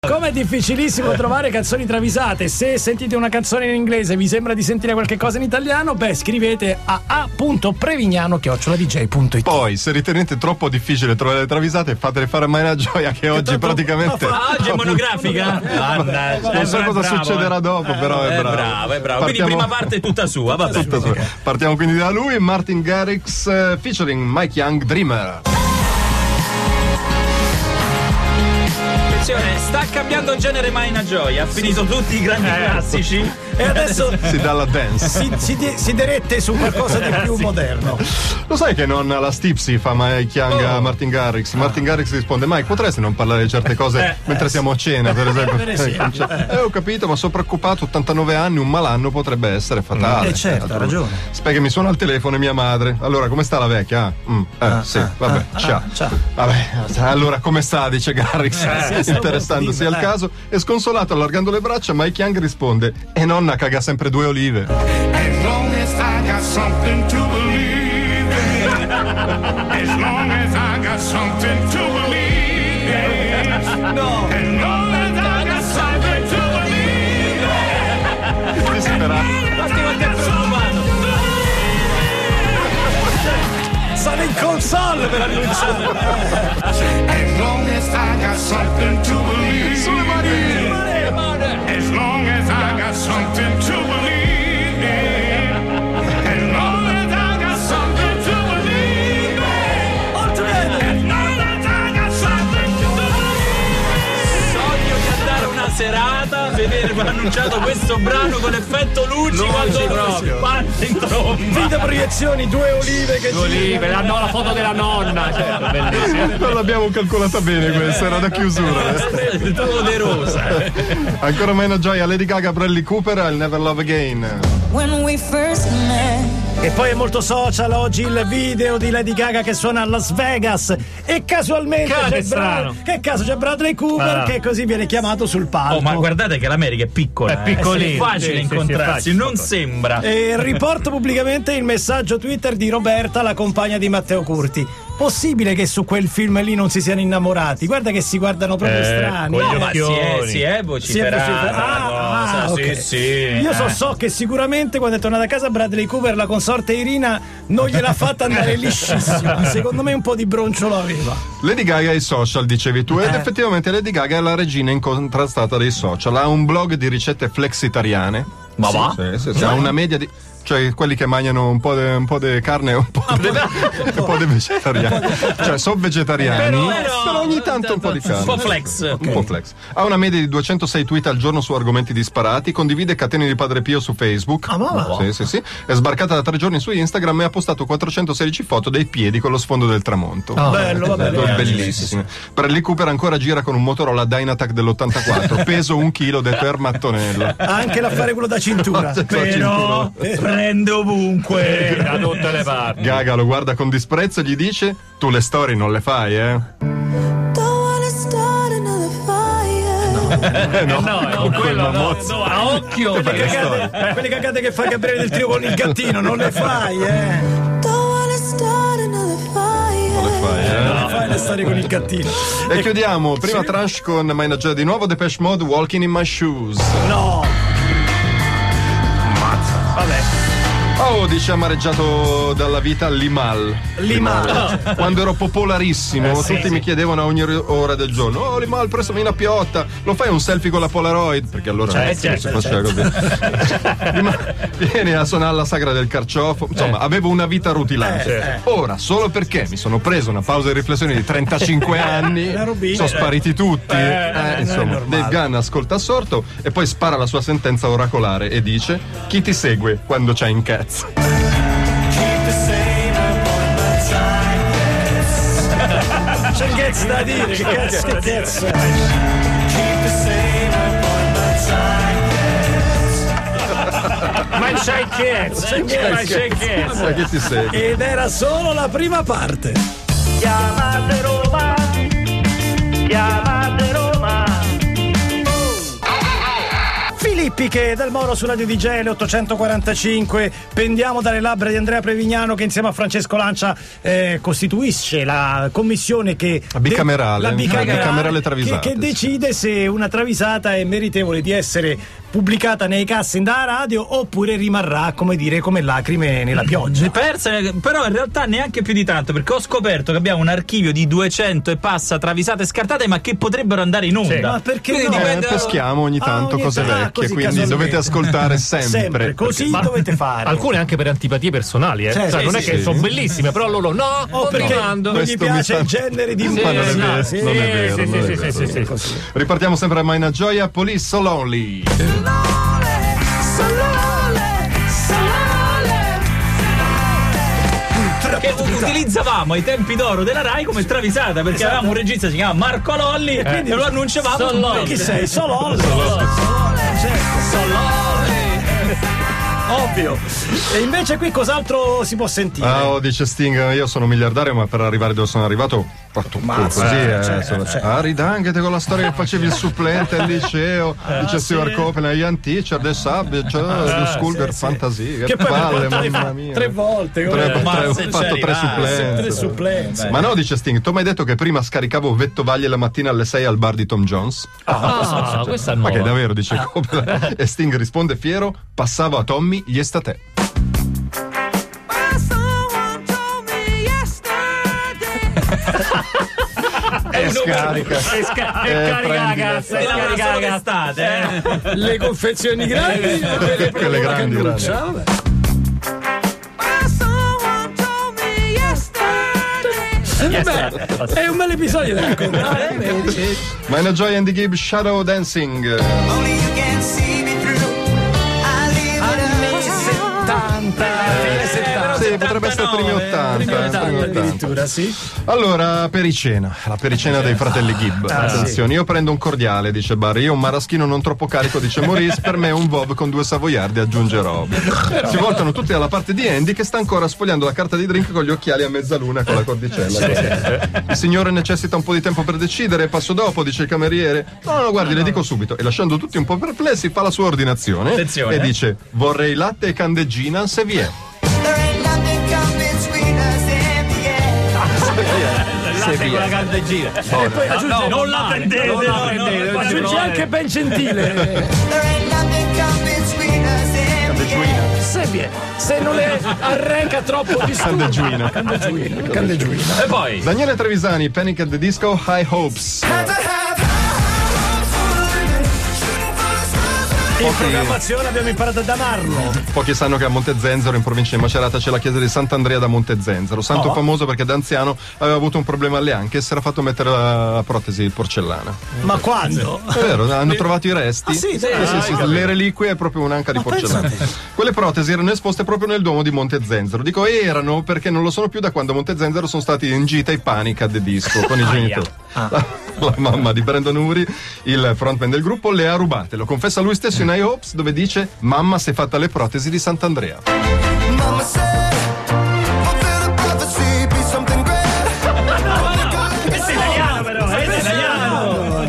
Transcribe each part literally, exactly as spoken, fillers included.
Come è difficilissimo trovare canzoni travisate. Se sentite una canzone in inglese e vi sembra di sentire qualche cosa in italiano, beh, scrivete a a punto prevignano chiocciola d j punto i t. Poi, se ritenete troppo difficile trovare le travisate, fatele fare a Maina Gioia, che oggi tanto- praticamente. Ah, oggi è monografica? Guarda, Non so è cosa bravo, succederà eh. dopo, però è È bravo. bravo, è bravo. Partiamo- Quindi prima parte è tutta sua, vabbè. Tutta sua. Partiamo quindi da lui, Martin Garrix eh, featuring Mike Young, Dreamer. Attenzione, sta cambiando genere Maina Gioia, ha finito tutti i grandi classici. E adesso Si dà la dance. si, si, di- si dirette su qualcosa di più moderno. Lo sai che non la Stipsy fa Mike Young a Oh. Martin Garrix? Martin Garrix risponde: Mike, potresti non parlare di certe cose Eh, mentre siamo a cena, per esempio? Per esempio, Eh, ho capito, ma sono preoccupato, ottantanove anni, un malanno potrebbe essere fatale. Eh, certo, ha ragione. Aspetta che mi suona al telefono mia madre. Allora, come sta la vecchia? Ah, mm, eh, sì, vabbè, ciao. ciao. Vabbè, allora come sta? Dice Garrix, sì, interessandosi dimmi, al eh. caso, e sconsolato allargando le braccia, Mike Young risponde: e nonna caga sempre due olive. As long as I got something to believe in. As long as I got something to believe in. No. As long as I got something to believe in. Disperato. Basti quanto è preoccupato. Sono in console per annunciare. As long as I got something to believe in. As long as I got something to believe in. As long as I got something to believe in. As long as I got something to believe in. Sogno di andare a una serata, vedere annunciato questo brano con effetto luci, Luci quando proprio. parte in tromba. Video proiezioni, due olive che Olive, la, no, la foto della nonna, certo, bellissima. Non l'abbiamo calcolata bene questa, era da chiusura. eh. Poderosa. Ancora meno gioia, Lady Gaga, Bradley Cooper, I'll Never Love Again. When we first met, E poi è molto social oggi il video di Lady Gaga che suona a Las Vegas e casualmente Che c'è strano. Bra- che caso c'è Bradley Cooper Ah. che così viene chiamato sul palco. Oh, ma guardate che l'America è piccola. È piccolina. eh. È facile Sì, sì, sì, incontrarsi, è facile. non sembra. E riporto pubblicamente il messaggio Twitter di Roberta, la compagna di Matteo Curti. Possibile che su quel film lì non si siano innamorati? Guarda che si guardano proprio Eh, strani. con gli No, ma si è, occhioni. si è Si è vociferata vociferata. la Ah, cosa, ah, ok. sì, sì. Io so, Eh. so che sicuramente quando è tornata a casa Bradley Cooper la consorte Irina non gliel'ha fatta andare liscissima. Secondo me un po' di broncio lo aveva. Lady Gaga ai social, dicevi tu, ed Eh. effettivamente Lady Gaga è la regina incontrastata dei social. Ha un blog di ricette flexitariane. Ma va? Sì, sì, sì, ha una media di. Cioè quelli che mangiano un po' di un po' di carne e un po' di un po' di vegetariani. Cioè sono vegetariani, Però- però, ogni tanto un po' di carne. Un po' flex. Un po' flex. Ha una media di duecentosei tweet al giorno su argomenti disparati, condivide catene di Padre Pio su Facebook. Ah, ma va? Sì, sì, sì. È sbarcata da tre giorni su Instagram e ha postato quattrocentosedici foto dei piedi con lo sfondo del tramonto. Bello, va bene. Bello, bellissimo. Bradley Cooper ancora gira con un Motorola Dynatac dell'ottantaquattro, peso un chilo, detto Ermattonello. Ha anche l'affare quello da cintura. Però prende ovunque. Da tutte le parti. Gaga lo guarda con disprezzo e gli dice: tu le storie non le fai, eh? don't wanna start another fire. Eh, no, No, no, con quello quella no, mozza. no, a occhio. Quelle cagate, quelle cagate che fa Gabriele del Trio con il gattino, non le fai, eh? Don't wanna start another fire. Non le fai, eh? Non le fai le storie con il gattino. E chiudiamo, prima tranche con Maina Gioia di nuovo, Depeche Mode, Walking in My Shoes. No. Vabbè. Oh, dice amareggiato dalla vita Limal. Limal. Quando ero popolarissimo, Eh, sì, tutti sì. mi chiedevano a ogni ora del giorno: oh Limal, prestami una piotta, lo fai un selfie con la Polaroid? Perché allora non si certo, faceva così. Limal, vieni a suonare la sagra del carciofo. Insomma, avevo una vita rutilante. Ora, solo perché mi sono preso una pausa di riflessione di trentacinque anni, Una robina. sono spariti tutti. Eh, non è insomma, normale. Dave Gunn ascolta assorto e poi spara la sua sentenza oracolare e dice: chi ti segue quando c'hai in cazzo? C'è il cazzo da dire, che cazzo, che cazzo. Ma c'hai cazzo. Ma c'hai cazzo. Ma chi ti segue? Ed era solo la prima parte. Chiamate Roma, chiamate Roma. Filippi che Del Moro su Radio D J ottocentoquarantacinque. Pendiamo dalle labbra di Andrea Prevignano che insieme a Francesco Lancia eh, costituisce la commissione che la bicamerale, de- la bicamerale, bicamerale travisata, che, che sì. decide se una travisata è meritevole di essere pubblicata nei casting da radio oppure rimarrà, come dire, come lacrime nella pioggia. Persa, però in realtà neanche più di tanto, perché ho scoperto che abbiamo un archivio di duecento e passa travisate scartate, ma che potrebbero andare in onda. Sì, ma perché Quindi no? dipende Eh, da- peschiamo ogni tanto Ah, ogni cose tanto, vecchie, così quindi casualmente. dovete ascoltare sempre. Sempre, così perché- dovete fare. Alcune anche per antipatie personali, eh. Cioè, Cioè, sì, non sì, è che sì. sono bellissime, però loro no, Oh, non perché domando. non gli Questo mi piace fa- il genere di Sì, Ma non è musica. vero, Sì, non è sì, vero, sì, non è sì, vero, sì, non è sì, vero. sì. Ripartiamo sempre a Maina Gioia, Police So Lonely. che utilizzavamo ai tempi d'oro della Rai come travisata, perché avevamo un regista che si chiama Marco Lolli e quindi lo annunciavamo Sololli. sul Ma posto. chi sei? Sololli. Ovvio. E invece qui cos'altro si può sentire? Ah, oh, dice Sting, io sono miliardario, ma per arrivare dove sono arrivato fatto un po' Mazza, così, eh, eh, certo, sono- certo. ah, ridanghete con la storia che facevi il supplente al liceo, dice Stewart Copeland, Ian Teacher, The Sub, cioè, The School Girl Fantasy, che, Che poi palle, per mamma fa- mia. tre volte. Tre- come- tre- Ma ho se fatto ci tre arrivate, supplenze. tre supplenze. Ma no, dice Sting, tu mi hai detto che prima scaricavo vettovaglie la mattina alle sei al bar di Tom Jones? Ah, questa è Ma nuova. che davvero, dice Copeland. E Sting risponde fiero, passavo a Tommy gli estate. È scarica. E sca- e Eh, carica la prendi- cazzo, e Lavora carica solo la cazzo. d'estate, eh. Le confezioni grandi, quelle, Quelle grandi, cannuccia, grandi. vabbè. Yes, Beh, è un bel episodio da raccontare. Maina Gioia and the Gibb, Shadow Dancing. Sì, potrebbe essere primi ottanta. Primi eh, ottanta primi ottanta. addirittura, sì. Allora, pericena, la pericena dei fratelli Gibb. Ah, Attenzione, io prendo un cordiale, dice Barry, io un maraschino non troppo carico, dice Maurice, per me un Vov con due savoiardi, aggiunge Rob. Si voltano tutti alla parte di Andy che sta ancora sfogliando la carta di drink con gli occhiali a mezzaluna con la cordicella. Il signore necessita un po' di tempo per decidere, passo dopo, dice il cameriere. No, no, guardi, le dico subito. E lasciando tutti un po' perplessi, fa la sua ordinazione Attenzione, e eh. dice, vorrei latte e candeggina se vi è. Latte con la candeggina. E poi aggiunge, non la prendete, non la no, no, prendete, no, non ci aggiunge provate. anche ben gentile. Se, vi è- se non le arreca troppo di studio. Candeggina. Candeggina. Candeggina. E poi Daniele Trevisani, Panic at the Disco, High Hopes. In programmazione abbiamo imparato ad amarlo. Pochi sanno che a Montezenzero, in provincia di Macerata, c'è la chiesa di Sant'Andrea da Montezenzero. Santo Oh. famoso perché da anziano aveva avuto un problema alle anche e si era fatto mettere la protesi porcellana. Ma quando? È vero, hanno trovato i resti. Ah, sì, sì, sì, sì, le reliquie è proprio un'anca di Ma porcellana. pensate. Quelle protesi erano esposte proprio nel Duomo di Montezenzero. Dico erano perché non lo sono più da quando a Montezenzero sono stati in gita i Panic at the Disco con i genitori. La, la mamma di Brandon Urie, il frontman del gruppo, le ha rubate. Lo confessa lui stesso in I Hopes, dove dice: mamma si è fatta le protesi di Sant'Andrea. questo è italiano però, eh, è italiano.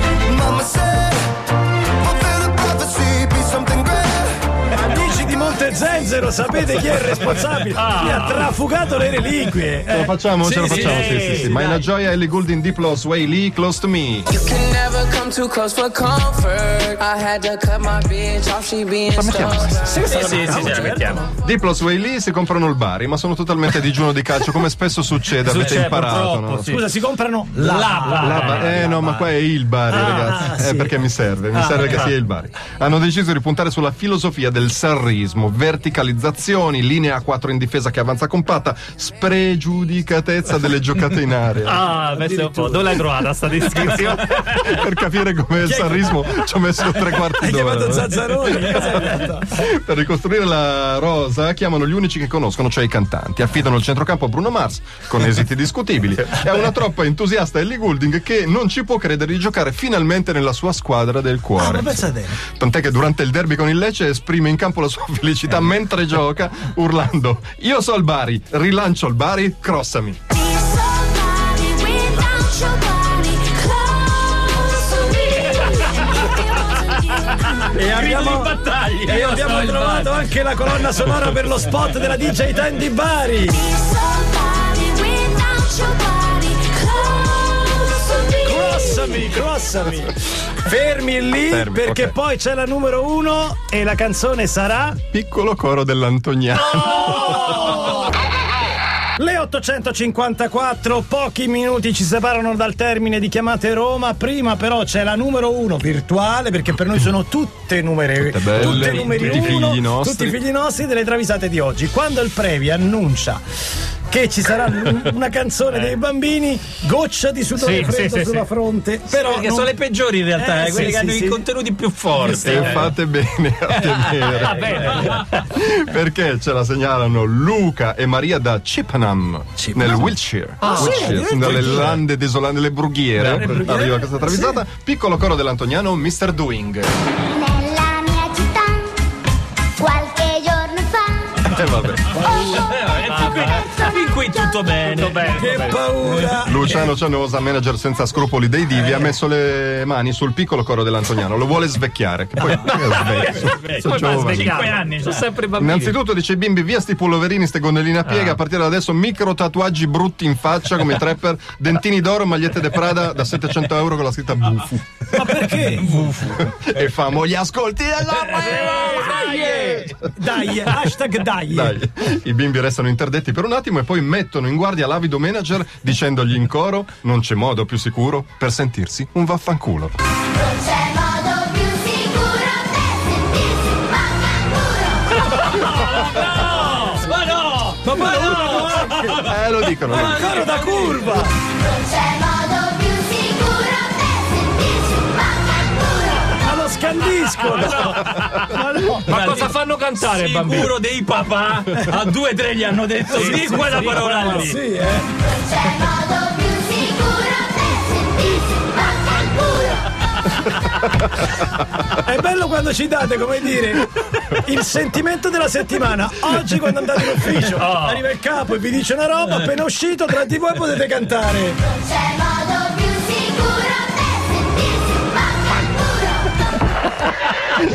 Amici di Montezenzero, sapete chi è il responsabile? Chi ha trafugato le reliquie? Ce la facciamo? Sì, Ce la sì, facciamo? Sì, sì, sì, sì. sì, Ma dai. in gioia Ellie Goulding, Diplo, Sway Lee, Close to Me. You can never come too close for comfort. I had to cut my bitch off, she being stubborn. Sì, sì, sì, sì, la mettiamo. Diplo, Sway Lee si comprano il Bari, ma sono totalmente a digiuno di calcio, come spesso succede, avete Succede, imparato. purtroppo, No? sì. Scusa, si comprano la, La- La ba- eh no, ma qua è il Bari, ragazzi. ah, Eh, sì. perché mi serve, mi serve che sia il Bari. Hanno deciso di puntare sulla filosofia del sarrismo, verticalizzazioni, linea a quattro in difesa che avanza compatta, spregiudicatezza delle giocate in area. Ah, questo è un po'. Dove l'hai trovata sta descrizione? Per capire com'è il sarrismo ci ho messo tre quarti Hai chiamato d'ora. Zazzaroni? Cosa hai fatto? Per ricostruire la rosa chiamano gli unici che conoscono, cioè i cantanti. Affidano il centrocampo a Bruno Mars con esiti discutibili e a una troppa entusiasta Ellie Goulding che non ci può credere di giocare finalmente nella sua squadra del Ah, cuore. ma pensate. Tant'è che durante il derby con il Lecce esprime in campo la sua felicità mentre gioca urlando: io so il Bari, rilancio il Bari, crossami. E E abbiamo, in battaglia. e abbiamo trovato anche la colonna sonora per lo spot della D J Ten di Bari. Crossami, crossami. Fermi lì, Fermi, perché ok. poi c'è la numero uno e la canzone sarà Piccolo coro dell'Antoniano. le ottocentocinquantaquattro, pochi minuti ci separano dal termine di Chiamate Roma. Prima però c'è la numero uno virtuale, perché per noi sono tutte numeri, Tutte belle, tutte numeri tutti uno, figli nostri. tutti figli nostri delle travisate di oggi. Quando il Previ annuncia che ci sarà una canzone dei bambini, goccia di sudore Sì, freddo sì, sì, sulla sì. fronte. Però Perché non- sono le peggiori in realtà, Eh, eh, quelle sì, che hanno sì, i sì. contenuti più forti. E eh. fate bene a temere. Perché ce la segnalano Luca e Maria da Chippenham, Chippenham? nel Wiltshire. Ah, sì, Wiltshire, sono dalle lande desolane, delle brughiere. Le brughiere? Arriva questa travisata. Piccolo coro dell'Antoniano, mister Doing. Nella mia città, qualche giorno fa, E vabbè. Eh, e fin qui, fin qui tutto bene. Che paura! Luciano Cianosa, manager senza scrupoli dei divi, ha messo le mani sul piccolo coro dell'Antoniano. Lo vuole svecchiare. Che poi è svecchio. Sono giovane. Cinque anni, Sono già. sempre bambini. Innanzitutto dice ai bimbi via sti pulloverini, ste gonneline a piega, a partire da adesso micro tatuaggi brutti in faccia come i trapper, dentini d'oro, magliette de Prada da settecento euro con la scritta Bufu. Ma perché? E famo gli ascolti della Dai, hashtag dai. Dai, i bimbi restano interdetti per un attimo e poi mettono in guardia l'avido manager dicendogli in coro non c'è modo più sicuro per sentirsi un vaffanculo. non c'è modo più sicuro per sentirsi un vaffanculo. Ma no! Ma no! Eh, lo dicono. lo dicono. Coro da curva. Non c'è modo più sicuro per sentirsi un vaffanculo. Ma lo scandiscono. Ma no. Ma cosa fanno cantare i bambini? Sicuro dei papà a due o tre gli hanno detto sì, quella parola lì. Sì, eh. Non c'è modo più sicuro per sentirsi un vaffanculo. È bello quando ci date, come dire, il sentimento della settimana. Oggi quando andate in ufficio arriva il capo e vi dice una roba, appena uscito tra di voi potete cantare. Non c'è modo più sicuro per sentirsi un vaffanculo.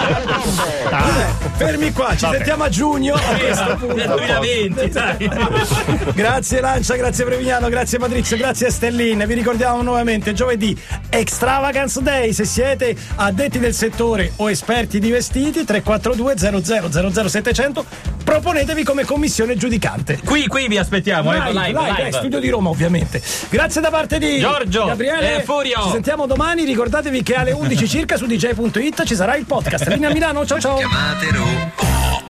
Fermi qua, ci sentiamo a giugno a questo punto. Nel duemilaventi, dai. Grazie Lancia, grazie Prevignano, grazie Patrizio, grazie Stellin. Vi ricordiamo nuovamente giovedì Extravagance Day. Se siete addetti del settore o esperti di vestiti, tre quattro due zero zero zero zero settecento, proponetevi come commissione giudicante. Qui, qui vi aspettiamo, Live, eh, live, live, live. eh, studio di Roma ovviamente. Grazie da parte di Giorgio Gabriele e Furio. Ci sentiamo domani, ricordatevi che alle undici circa su D J punto it ci sarà il podcast. Linea Milano, ciao ciao. Chiamate Roma.